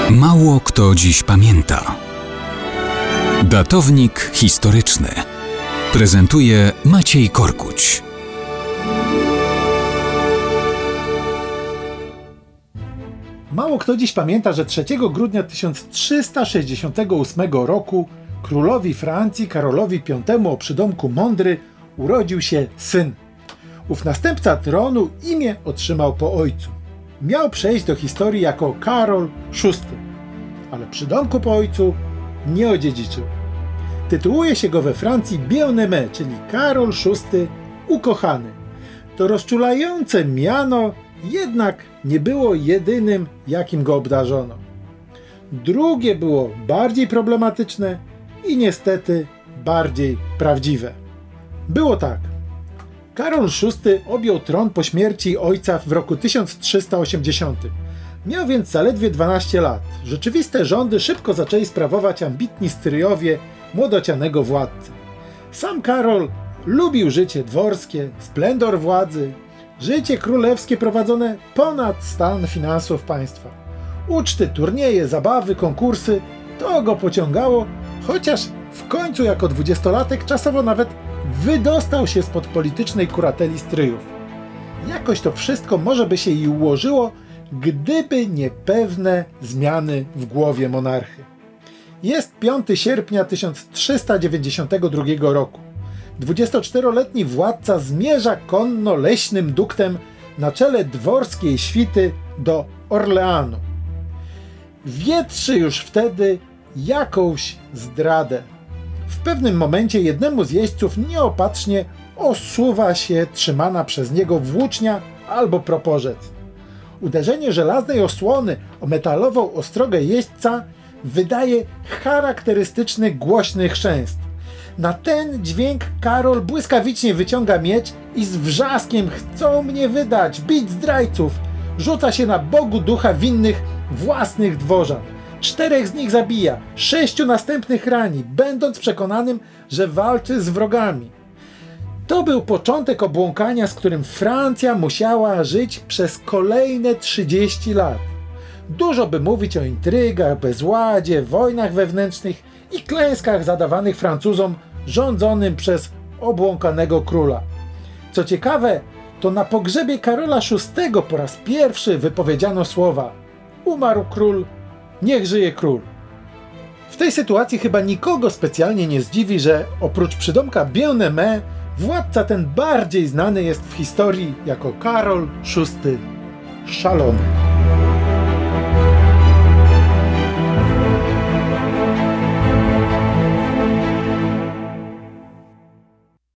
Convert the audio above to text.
Mało kto dziś pamięta. Datownik historyczny prezentuje Maciej Korkuć. Mało kto dziś pamięta, że 3 grudnia 1368 roku królowi Francji Karolowi V o przydomku Mądry urodził się syn. Ów następca tronu imię otrzymał po ojcu. Miał przejść do historii jako Karol VI, ale przydomku po ojcu nie odziedziczył. Tytułuje się go we Francji Bien-aimé, czyli Karol VI ukochany. To rozczulające miano jednak nie było jedynym, jakim go obdarzono. Drugie było bardziej problematyczne i niestety bardziej prawdziwe. Było tak. Karol VI objął tron po śmierci ojca w roku 1380. Miał więc zaledwie 12 lat. Rzeczywiste rządy szybko zaczęli sprawować ambitni stryjowie młodocianego władcy. Sam Karol lubił życie dworskie, splendor władzy, życie królewskie prowadzone ponad stan finansów państwa. Uczty, turnieje, zabawy, konkursy – to go pociągało, chociaż w końcu jako 20-latek czasowo nawet wydostał się spod politycznej kurateli stryjów. Jakoś to wszystko może by się i ułożyło, gdyby nie pewne zmiany w głowie monarchy. Jest 5 sierpnia 1392 roku. 24-letni władca zmierza konno leśnym duktem na czele dworskiej świty do Orleanu. Wietrzy już wtedy jakąś zdradę. W pewnym momencie jednemu z jeźdźców nieopatrznie osuwa się trzymana przez niego włócznia albo proporzec. Uderzenie żelaznej osłony o metalową ostrogę jeźdźca wydaje charakterystyczny głośny chrzęst. Na ten dźwięk Karol błyskawicznie wyciąga miecz i z wrzaskiem „chcą mnie wydać, bić zdrajców” rzuca się na Bogu ducha winnych własnych dworzan. 4 z nich zabija, 6 następnych rani, będąc przekonanym, że walczy z wrogami. To był początek obłąkania, z którym Francja musiała żyć przez kolejne 30 lat. Dużo by mówić o intrygach, bezładzie, wojnach wewnętrznych i klęskach zadawanych Francuzom rządzonym przez obłąkanego króla. Co ciekawe, to na pogrzebie Karola VI po raz pierwszy wypowiedziano słowa: umarł król, niech żyje król. W tej sytuacji chyba nikogo specjalnie nie zdziwi, że oprócz przydomka Bien-aimé władca ten bardziej znany jest w historii jako Karol VI Szalony.